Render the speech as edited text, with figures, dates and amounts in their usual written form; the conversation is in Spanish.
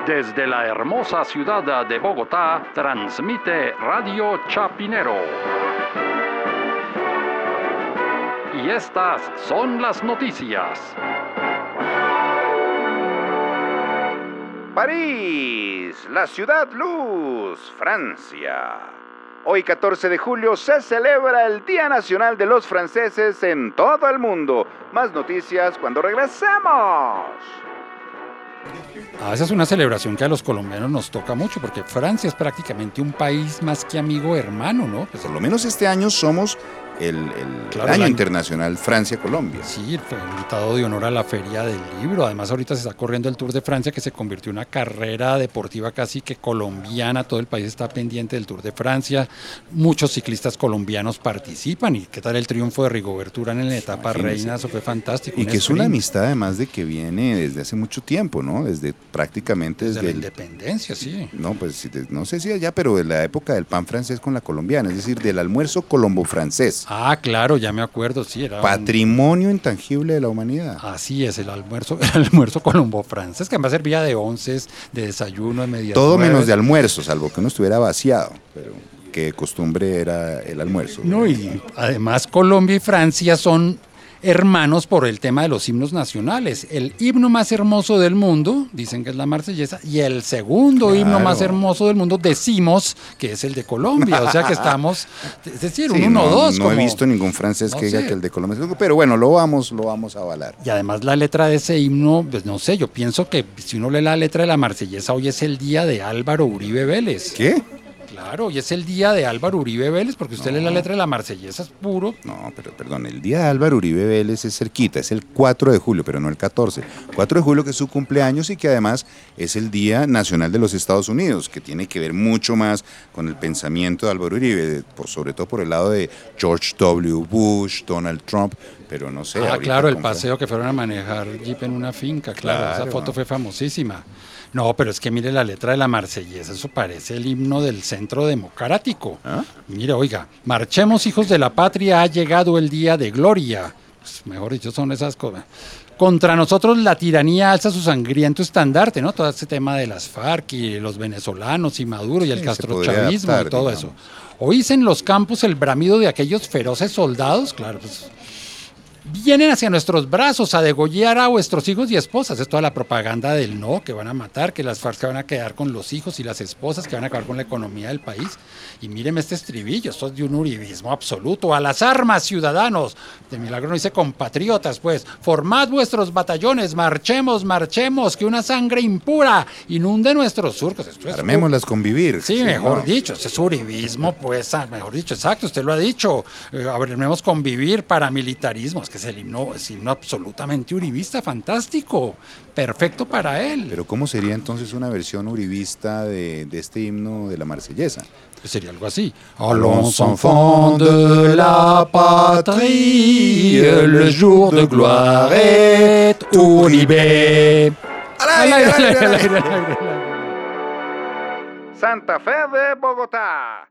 Desde la hermosa ciudad de Bogotá, transmite Radio Chapinero. Y estas son las noticias. París, la ciudad luz, Francia. Hoy 14 de julio se celebra el Día Nacional de los Franceses en todo el mundo. Más noticias cuando regresemos. Esa es una celebración que a los colombianos nos toca mucho, porque Francia es prácticamente un país más que amigo hermano, ¿no? Pues, por lo menos este año somos el año internacional Francia-Colombia. Sí, fue invitado de honor a la Feria del Libro. Además, ahorita se está corriendo el Tour de Francia, que se convirtió en una carrera deportiva casi que colombiana. Todo el país está pendiente del Tour de Francia. Muchos ciclistas colombianos participan. ¿Y qué tal el triunfo de Rigoberto Urán en la etapa reina? Eso fue fantástico. Y que es una amistad además de que viene desde hace mucho tiempo, ¿no? Desde prácticamente desde la independencia, sí. No, pues no sé si allá, pero de la época del pan francés con la colombiana, es decir, del almuerzo colombo-francés. Ah, claro, ya me acuerdo, sí. Era patrimonio intangible de la humanidad. Así es, el almuerzo colombo-francés, que además servía de onces, de desayuno, de medias. Todo menos de almuerzo, salvo que uno estuviera vaciado, pero que de costumbre era el almuerzo. No, y además Colombia y Francia son hermanos por el tema de los himnos nacionales. El himno más hermoso del mundo, dicen que es la Marsellesa, y el segundo himno más hermoso del mundo, decimos que es el de Colombia. O sea que estamos, es decir, sí, un 1-2. No he visto ningún francés que diga que el de Colombia es, pero bueno, lo vamos a avalar. Y además la letra de ese himno, pues no sé, yo pienso que si uno lee la letra de la Marsellesa, hoy es el día de Álvaro Uribe Vélez. ¿Qué? Claro, hoy es el día de Álvaro Uribe Vélez, porque usted lee la letra de la Marsellesa, es puro. No, pero perdón, el día de Álvaro Uribe Vélez es cerquita, es el 4 de julio, pero no el 14. 4 de julio que es su cumpleaños y que además es el Día Nacional de los Estados Unidos, que tiene que ver mucho más con el pensamiento de Álvaro Uribe, sobre todo por el lado de George W. Bush, Donald Trump, pero no sé. Claro, el paseo que fueron a manejar Jeep en una finca, claro, esa foto fue famosísima. No, pero es que mire la letra de la Marsellesa, eso parece el himno del Centro Democrático. ¿Ah? Mire, oiga, marchemos hijos de la patria, ha llegado el día de gloria. Pues, mejor dicho, son esas cosas. Contra nosotros la tiranía alza su sangriento estandarte, ¿no? Todo ese tema de las FARC y los venezolanos y Maduro y el castrochavismo y todo eso. ¿Oís en los campos el bramido de aquellos feroces soldados? Claro, pues vienen hacia nuestros brazos a degollar a vuestros hijos y esposas. Es toda la propaganda del no, que van a matar, que las FARC se van a quedar con los hijos y las esposas, que van a acabar con la economía del país. Y míreme este estribillo, esto es de un uribismo absoluto. A las armas, ciudadanos. De milagro no dice compatriotas, pues. Formad vuestros batallones, marchemos, que una sangre impura inunde nuestros surcos. Armémoslas convivir. Sí, mejor dicho, ese es uribismo, pues, mejor dicho, exacto, usted lo ha dicho. Armemos convivir, paramilitarismo. Es que es el himno absolutamente uribista, fantástico, perfecto para él. Pero ¿cómo sería entonces una versión uribista de este himno de la Marsellesa? Pues sería algo así. Allons enfants de la patrie, le jour de gloire est Uribe. ¡Al aire! Santa Fe de Bogotá.